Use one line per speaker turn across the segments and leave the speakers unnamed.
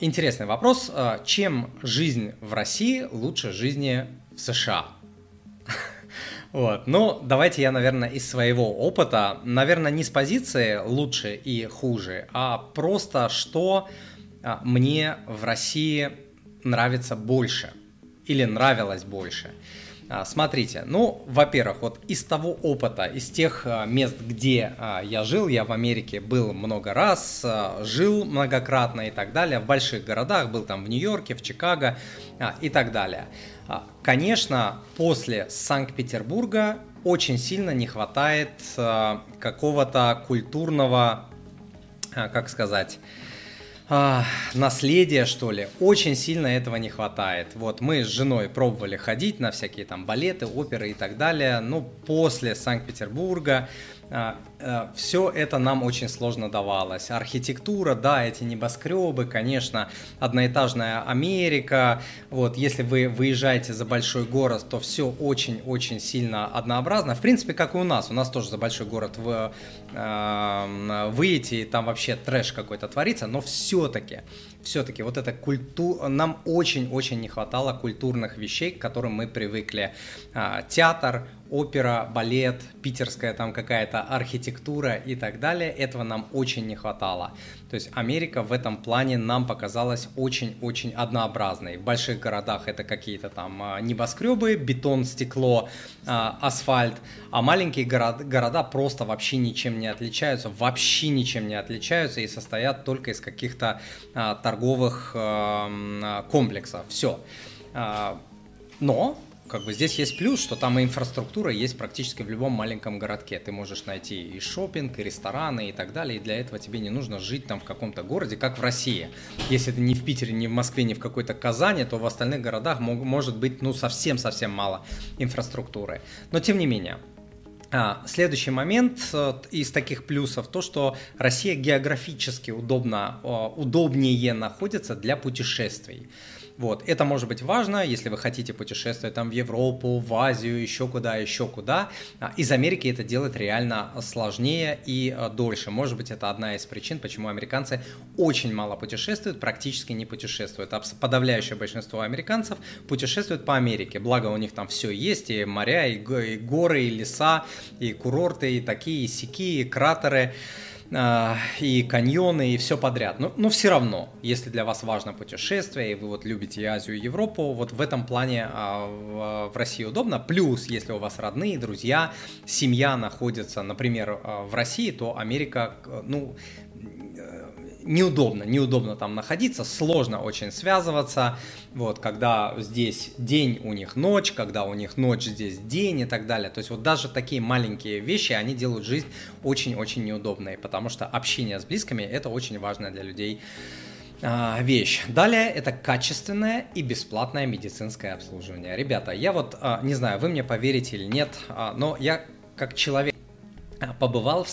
Интересный вопрос. Чем жизнь в России лучше жизни в США? Вот. Ну, давайте я, наверное, из своего опыта, наверное, не с позиции лучше и хуже, а просто что мне в России нравится больше или нравилось больше. Смотрите, ну, во-первых, вот из того опыта, из тех мест, где я жил, я в Америке был много раз, жил многократно и так далее, в больших городах, был там в Нью-Йорке, в Чикаго и так далее. Конечно, после Санкт-Петербурга очень сильно не хватает какого-то культурного, как сказать, наследия, что ли. Очень сильно этого не хватает. Вот мы с женой пробовали ходить на всякие там балеты, оперы и так далее. Но после Санкт-Петербурга все это нам очень сложно давалось. Архитектура, да, эти небоскребы, конечно, одноэтажная Америка. Вот, если вы выезжаете за большой город, то все очень-очень сильно однообразно. В принципе, как и у нас. У нас тоже за большой город выйти, и там вообще трэш какой-то творится. Но все-таки вот эта культура, нам очень-очень не хватало культурных вещей, к которым мы привыкли. Театр, опера, балет, питерская там какая-то архитектура и так далее, этого нам очень не хватало. То есть Америка в этом плане нам показалась очень-очень однообразной. В больших городах это какие-то там небоскребы, бетон, стекло, асфальт, а маленькие города просто вообще ничем не отличаются и состоят только из каких-то торговых комплексов. Все. Но как бы здесь есть плюс, что там и инфраструктура есть практически в любом маленьком городке. Ты можешь найти и шопинг, и рестораны, и так далее. И для этого тебе не нужно жить там в каком-то городе, как в России. Если ты не в Питере, не в Москве, не в какой-то Казани, то в остальных городах может быть совсем-совсем мало инфраструктуры. Но тем не менее. Следующий момент из таких плюсов, то, что Россия географически удобнее находится для путешествий. Вот. Это может быть важно, если вы хотите путешествовать там в Европу, в Азию, еще куда. Из Америки это делать реально сложнее и дольше. Может быть, это одна из причин, почему американцы очень мало путешествуют, практически не путешествуют. Подавляющее большинство американцев путешествуют по Америке. Благо у них там все есть, и моря, и горы, и леса, и курорты, и такие, и сякие, и кратеры, и каньоны, и все подряд. Но все равно, если для вас важно путешествие, и вы вот любите и Азию, и Европу, вот в этом плане в России удобно. Плюс, если у вас родные, друзья, семья находится, например, в России, то Америка, неудобно там находиться, сложно очень связываться, вот, когда здесь день, у них ночь, когда у них ночь, здесь день и так далее. То есть вот даже такие маленькие вещи, они делают жизнь очень-очень неудобной, потому что общение с близкими – это очень важная для людей вещь. Далее это качественное и бесплатное медицинское обслуживание. Ребята, я вот не знаю, вы мне поверите или нет, но я как человек побывал в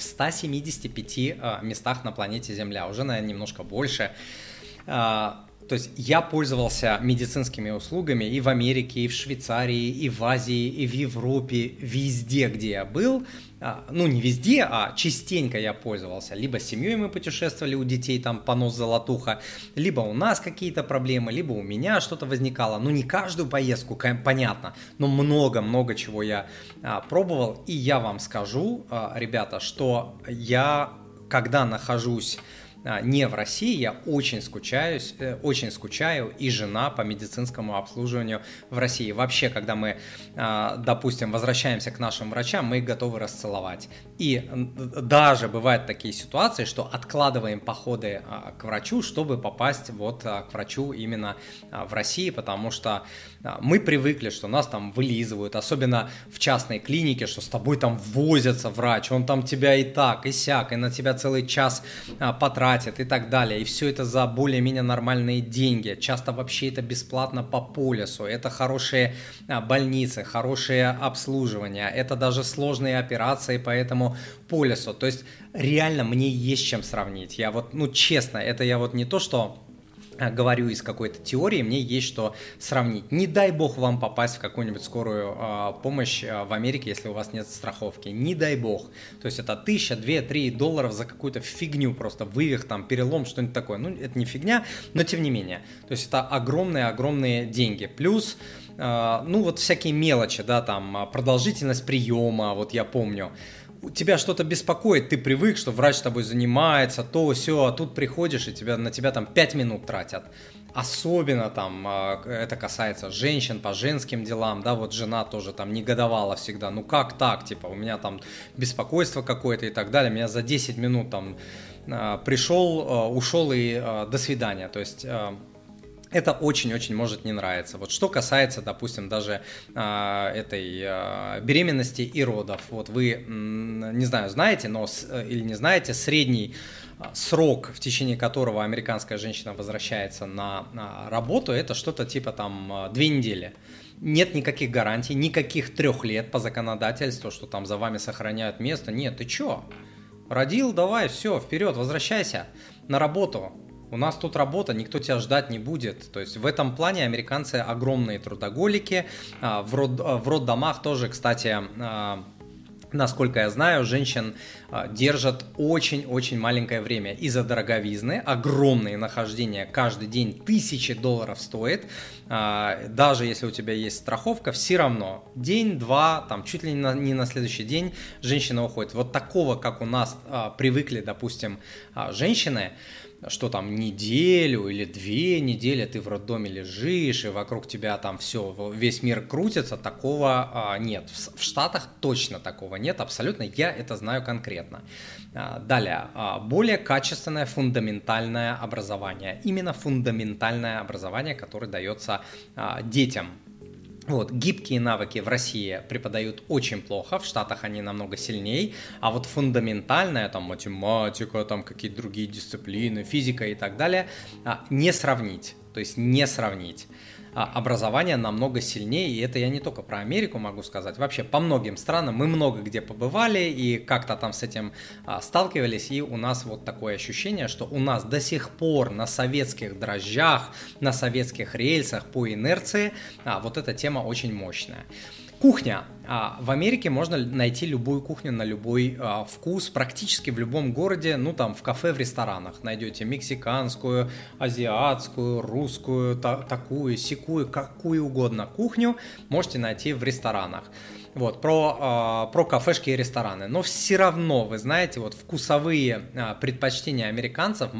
175 местах на планете Земля, уже, наверное, немножко больше. То есть я пользовался медицинскими услугами и в Америке, и в Швейцарии, и в Азии, и в Европе, везде, где я был. Не везде, а частенько я пользовался. Либо с семьей мы путешествовали, у детей там понос-золотуха, либо у нас какие-то проблемы, либо у меня что-то возникало. Не каждую поездку, понятно, но много чего я пробовал. И я вам скажу, ребята, что я, когда нахожусь не в России, я очень скучаю, и жена по медицинскому обслуживанию в России. Вообще, когда мы, допустим, возвращаемся к нашим врачам, мы их готовы расцеловать. И даже бывают такие ситуации, что откладываем походы к врачу, чтобы попасть вот к врачу именно в России, потому что мы привыкли, что нас там вылизывают, особенно в частной клинике, что с тобой там возится врач, он там тебя и так, и сяк, и на тебя целый час потратит и так далее. И все это за более-менее нормальные деньги. Часто вообще это бесплатно по полису. Это хорошие больницы, хорошее обслуживание. Это даже сложные операции по этому полису. То есть реально мне есть чем сравнить. Я вот, честно, это я вот не то, что говорю из какой-то теории, мне есть что сравнить. Не дай бог вам попасть в какую-нибудь скорую помощь в Америке, если у вас нет страховки. Не дай бог. То есть это 1000, 2, 3 долларов за какую-то фигню, просто вывих, там, перелом, что-нибудь такое. Ну, это не фигня, но тем не менее. То есть это огромные-огромные деньги. Плюс, ну, вот всякие мелочи, да, там, продолжительность приема, вот я помню. Тебя что-то беспокоит, ты привык, что врач с тобой занимается, то, сё, а тут приходишь, и на тебя там 5 минут тратят. Особенно там это касается женщин по женским делам, да, вот жена тоже там негодовала всегда, ну как так, типа, у меня там беспокойство какое-то и так далее, меня за 10 минут там пришел, ушел и до свидания, то есть... Это очень-очень может не нравиться. Вот что касается, допустим, даже этой беременности и родов. Вот вы, не знаю, знаете, или не знаете, средний срок, в течение которого американская женщина возвращается на работу, это что-то типа там 2 недели. Нет никаких гарантий, никаких 3 лет по законодательству, что там за вами сохраняют место. Нет, ты чё? Родил, давай, все, вперед, возвращайся на работу. У нас тут работа, никто тебя ждать не будет. То есть в этом плане американцы огромные трудоголики. В роддомах тоже, кстати, насколько я знаю, женщин держат очень-очень маленькое время из-за дороговизны. Огромные нахождения каждый день $1000 стоит. Даже если у тебя есть страховка, все равно день-два, там чуть ли не на следующий день женщина уходит. Вот такого, как у нас привыкли, допустим, женщины, что там неделю или 2 недели ты в роддоме лежишь, и вокруг тебя там все, весь мир крутится, такого нет. В Штатах точно такого нет, абсолютно, я это знаю конкретно. Далее, более качественное фундаментальное образование. Именно фундаментальное образование, которое дается детям. Вот, гибкие навыки в России преподают очень плохо, в Штатах они намного сильнее, а вот фундаментальная, там, математика, там, какие-то другие дисциплины, физика и так далее, не сравнить, то есть не сравнить. Образование намного сильнее, и это я не только про Америку могу сказать, вообще по многим странам мы много где побывали и как-то там с этим сталкивались, и у нас вот такое ощущение, что у нас до сих пор на советских дрожжах, на советских рельсах по инерции вот эта тема очень мощная. Кухня. В Америке можно найти любую кухню на любой вкус, практически в любом городе, ну там в кафе, в ресторанах. Найдете мексиканскую, азиатскую, русскую, такую, сякую, какую угодно кухню можете найти в ресторанах. Вот, про кафешки и рестораны. Но все равно, вы знаете, вот вкусовые предпочтения американцев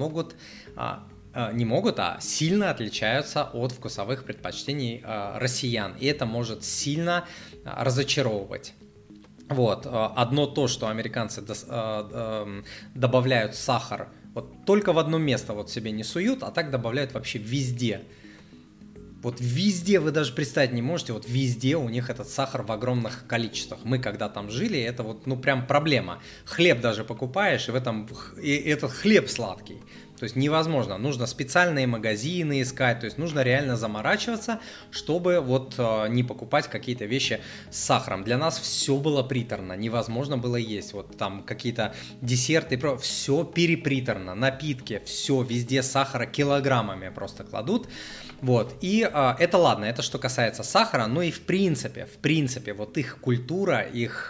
сильно отличаются от вкусовых предпочтений россиян. И это может сильно разочаровывать. Вот. Одно то, что американцы добавляют сахар, вот только в одно место вот себе не суют, а так добавляют вообще везде. Вот везде вы даже представить не можете, вот везде у них этот сахар в огромных количествах. Мы когда там жили, это вот, ну прям проблема. Хлеб даже покупаешь, и этот хлеб сладкий. То есть невозможно, нужно специальные магазины искать, то есть нужно реально заморачиваться, чтобы вот не покупать какие-то вещи с сахаром. Для нас все было приторно, невозможно было есть, вот там какие-то десерты, все переприторно, напитки, все, везде сахара килограммами просто кладут. Вот, и это ладно, это что касается сахара, но и в принципе, вот их культура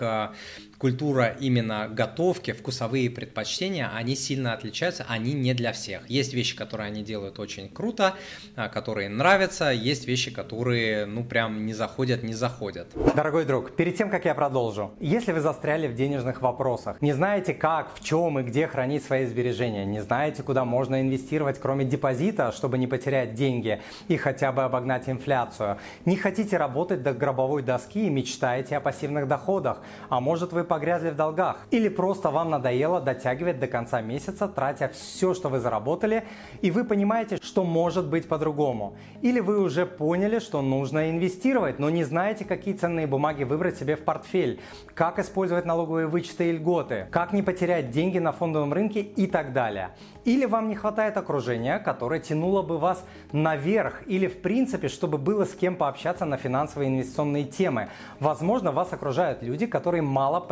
именно готовки, вкусовые предпочтения, они сильно отличаются, они не для всех. Есть вещи, которые они делают очень круто, которые нравятся, есть вещи, которые, ну, прям не заходят.
Дорогой друг, перед тем, как я продолжу, если вы застряли в денежных вопросах, не знаете как, в чем и где хранить свои сбережения, не знаете, куда можно инвестировать, кроме депозита, чтобы не потерять деньги и хотя бы обогнать инфляцию, не хотите работать до гробовой доски и мечтаете о пассивных доходах, а может вы погрязли в долгах, или просто вам надоело дотягивать до конца месяца, тратя все, что вы заработали, и вы понимаете, что может быть по-другому. Или вы уже поняли, что нужно инвестировать, но не знаете, какие ценные бумаги выбрать себе в портфель, как использовать налоговые вычеты и льготы, как не потерять деньги на фондовом рынке и так далее. Или вам не хватает окружения, которое тянуло бы вас наверх, или в принципе, чтобы было с кем пообщаться на финансовые и инвестиционные темы. Возможно, вас окружают люди, которые мало понимают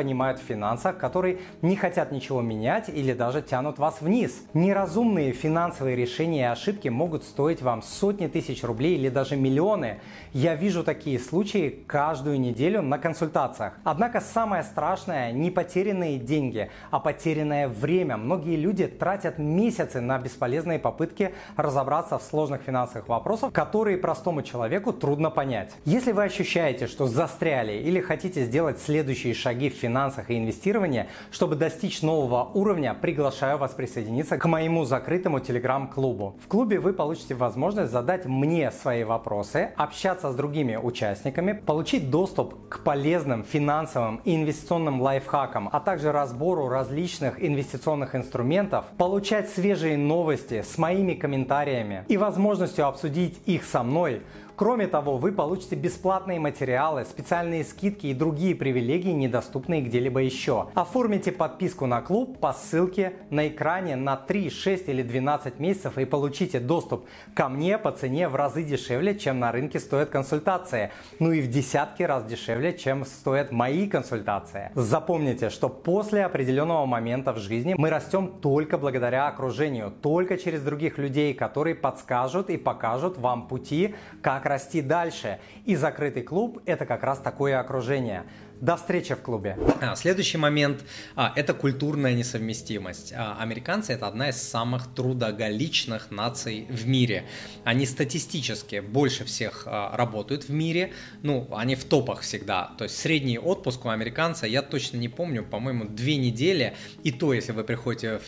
понимают в финансах, которые не хотят ничего менять или даже тянут вас вниз. Неразумные финансовые решения и ошибки могут стоить вам сотни тысяч рублей или даже миллионы. Я вижу такие случаи каждую неделю на консультациях. Однако самое страшное не потерянные деньги, а потерянное время. Многие люди тратят месяцы на бесполезные попытки разобраться в сложных финансовых вопросах, которые простому человеку трудно понять. Если вы ощущаете, что застряли или хотите сделать следующие шаги в финансах и инвестировании, чтобы достичь нового уровня, приглашаю вас присоединиться к моему закрытому телеграм-клубу. В клубе вы получите возможность задать мне свои вопросы, общаться с другими участниками, получить доступ к полезным финансовым и инвестиционным лайфхакам, а также разбору различных инвестиционных инструментов, получать свежие новости с моими комментариями и возможностью обсудить их со мной. Кроме того, вы получите бесплатные материалы, специальные скидки и другие привилегии, недоступные где-либо еще. Оформите подписку на клуб по ссылке на экране на 3, 6 или 12 месяцев и получите доступ ко мне по цене в разы дешевле, чем на рынке стоят консультации. Ну и в десятки раз дешевле, чем стоят мои консультации. Запомните, что после определенного момента в жизни мы растем только благодаря окружению, только через других людей, которые подскажут и покажут вам пути, как расти дальше. И закрытый клуб – это как раз такое окружение. До встречи в клубе.
Следующий момент – это культурная несовместимость. Американцы – это одна из самых трудоголичных наций в мире. Они статистически больше всех работают в мире, ну, они в топах всегда. То есть средний отпуск у американца, я точно не помню, по-моему, 2 недели. И то, если вы приходите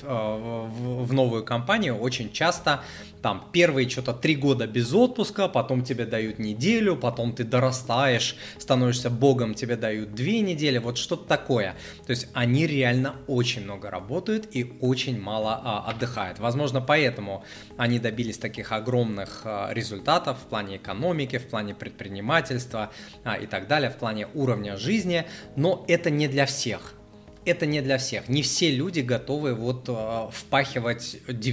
в новую компанию, очень часто там первые что-то 3 года без отпуска, потом тебе дают неделю, потом ты дорастаешь, становишься богом, тебе дают 2 недели, вот что-то такое. То есть они реально очень много работают и очень мало отдыхают. Возможно, поэтому они добились таких огромных результатов в плане экономики, в плане предпринимательства и так далее, в плане уровня жизни, но это не для всех. Это не для всех. Не все люди готовы вот впахивать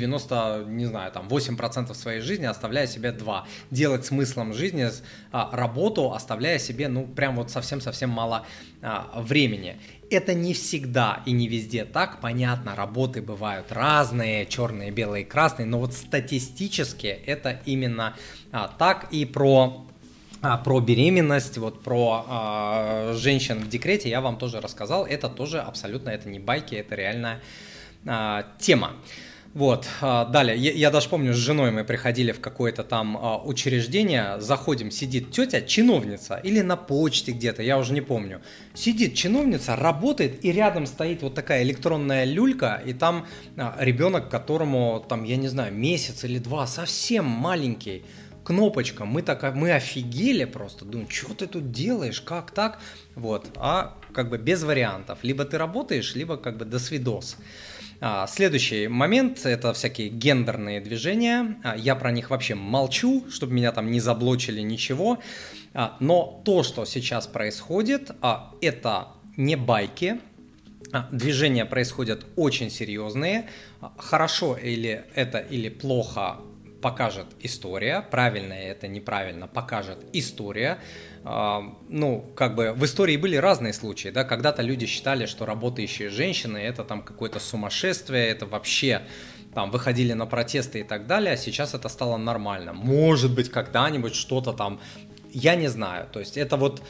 8% своей жизни, оставляя себе 2. Делать смыслом жизни работу, оставляя себе, ну, прям вот совсем-совсем мало времени. Это не всегда и не везде так. Понятно, работы бывают разные, черные, белые, красные, но вот статистически это именно так. И про беременность, вот про женщин в декрете я вам тоже рассказал. Это тоже абсолютно, это не байки, это реальная тема. Вот, далее, я даже помню, с женой мы приходили в какое-то там учреждение, заходим, сидит тетя, чиновница, или на почте где-то, я уже не помню. Сидит чиновница, работает, и рядом стоит вот такая электронная люлька, и там ребенок, которому, там, я не знаю, месяц или 2, совсем маленький, кнопочка, мы офигели просто, думаем, что ты тут делаешь, как так, вот, как бы без вариантов, либо ты работаешь, либо как бы до свидос. Следующий момент – это всякие гендерные движения, я про них вообще молчу, чтобы меня там не заблочили, ничего, но то, что сейчас происходит, это не байки. Движения происходят очень серьезные, хорошо или это или плохо покажет история, правильно это, неправильно, покажет история. Ну, как бы в истории были разные случаи, да, когда-то люди считали, что работающие женщины это там какое-то сумасшествие, это вообще там выходили на протесты и так далее, а сейчас это стало нормально. Может быть, когда-нибудь что-то там, я не знаю, то есть это вот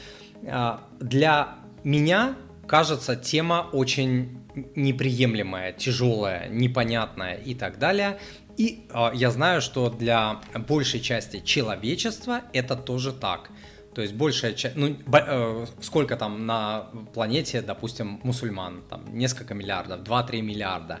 для меня кажется тема очень неприемлемая, тяжелая, непонятная и так далее. И я знаю, что для большей части человечества это тоже так. То есть большая часть, сколько там на планете, допустим, мусульман, там несколько миллиардов, 2-3 миллиарда.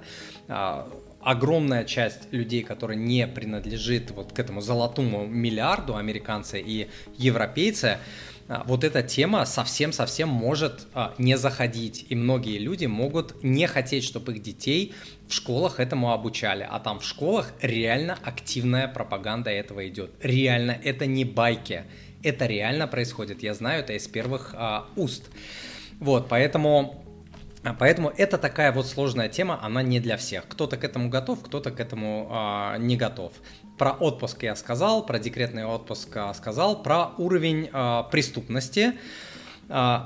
Огромная часть людей, которая не принадлежит вот к этому золотому миллиарду, американцы и европейцы, вот эта тема совсем-совсем может не заходить. И многие люди могут не хотеть, чтобы их детей в школах этому обучали. А там в школах реально активная пропаганда этого идет. Реально, это не байки. Это реально происходит. Я знаю это из первых уст. Вот, поэтому это такая вот сложная тема, она не для всех. Кто-то к этому готов, кто-то к этому не готов. Про отпуск я сказал, про декретный отпуск сказал, про уровень преступности.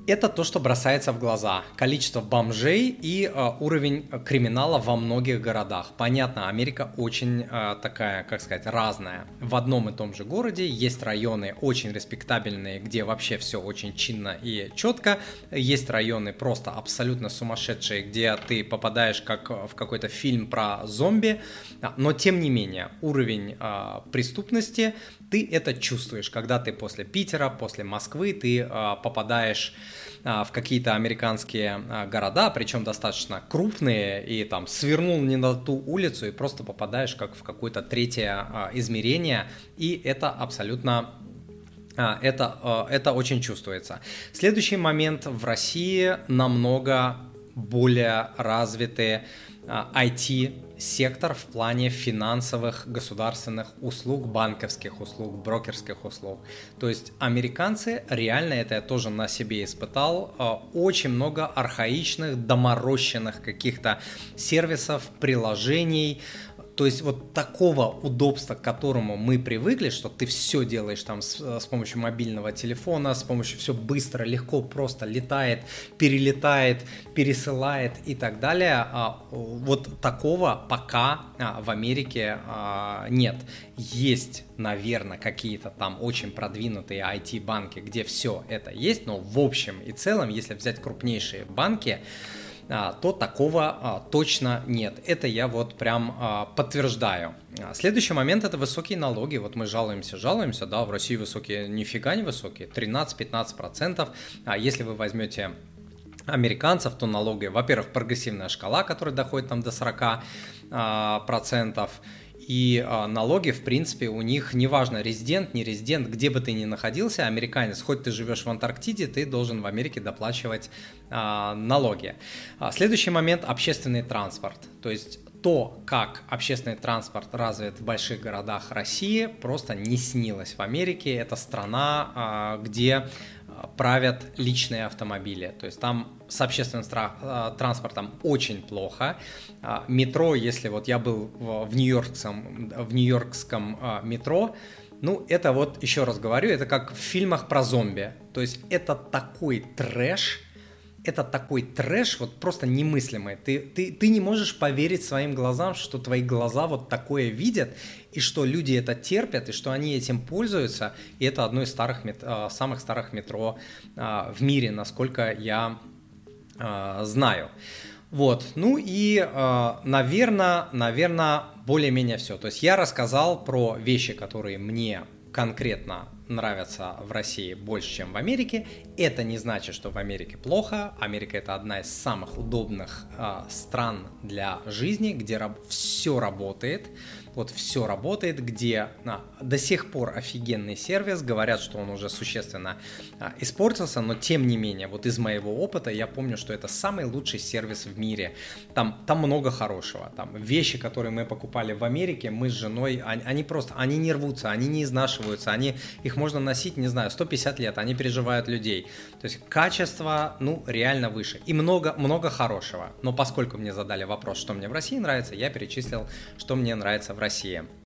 Это то, что бросается в глаза. Количество бомжей и уровень криминала во многих городах. Понятно, Америка очень такая, как сказать, разная. В одном и том же городе есть районы очень респектабельные, где вообще все очень чинно и четко. Есть районы просто абсолютно сумасшедшие, где ты попадаешь как в какой-то фильм про зомби. Но тем не менее, уровень преступности, ты это чувствуешь, когда ты после Питера, после Москвы, ты попадаешь в какие-то американские города, причем достаточно крупные, и там свернул не на ту улицу и просто попадаешь как в какое-то третье измерение, и это абсолютно... Это очень чувствуется. Следующий момент: в России намного более развитые IT-сектор в плане финансовых государственных услуг, банковских услуг, брокерских услуг. То есть американцы, реально это я тоже на себе испытал, очень много архаичных, доморощенных каких-то сервисов, приложений. То есть вот такого удобства, к которому мы привыкли, что ты все делаешь там с помощью мобильного телефона, с помощью все быстро, легко, просто летает, перелетает, пересылает и так далее. Вот такого пока в Америке нет. Есть, наверное, какие-то там очень продвинутые IT-банки, где все это есть, но в общем и целом, если взять крупнейшие банки, то такого точно нет. Это я вот прям подтверждаю. Следующий момент — это высокие налоги. Вот мы жалуемся, да, в России высокие, нифига не высокие, 13-15%. А если вы возьмете американцев, то налоги, во-первых, прогрессивная шкала, которая доходит там до 40%. И налоги, в принципе, у них неважно, резидент, не резидент, где бы ты ни находился, американец, хоть ты живешь в Антарктиде, ты должен в Америке доплачивать налоги. Следующий момент — общественный транспорт. То есть то, как общественный транспорт развит в больших городах России, просто не снилось в Америке. Это страна, где правят личные автомобили. То есть там с общественным транспортом очень плохо. Метро, если вот я был в нью-йоркском метро, ну, это вот, еще раз говорю, это как в фильмах про зомби. То есть это такой трэш, вот просто немыслимый. Ты не можешь поверить своим глазам, что твои глаза вот такое видят, и что люди это терпят, и что они этим пользуются. И это одно из самых старых метро в мире, насколько я знаю. Вот, ну и, наверное, более-менее все. То есть я рассказал про вещи, которые мне конкретно нравятся в России больше, чем в Америке. Это не значит, что в Америке плохо. Америка — это одна из самых удобных стран для жизни, где все работает. Вот все работает, где до сих пор офигенный сервис. Говорят, что он уже существенно испортился, но тем не менее, вот из моего опыта я помню, что это самый лучший сервис в мире. Там много хорошего. Там вещи, которые мы покупали в Америке, мы с женой, они не рвутся, они не изнашиваются, их можно носить, не знаю, 150 лет, они переживают людей. То есть качество, реально выше. И много хорошего. Но поскольку мне задали вопрос, что мне в России нравится, я перечислил, что мне нравится в России.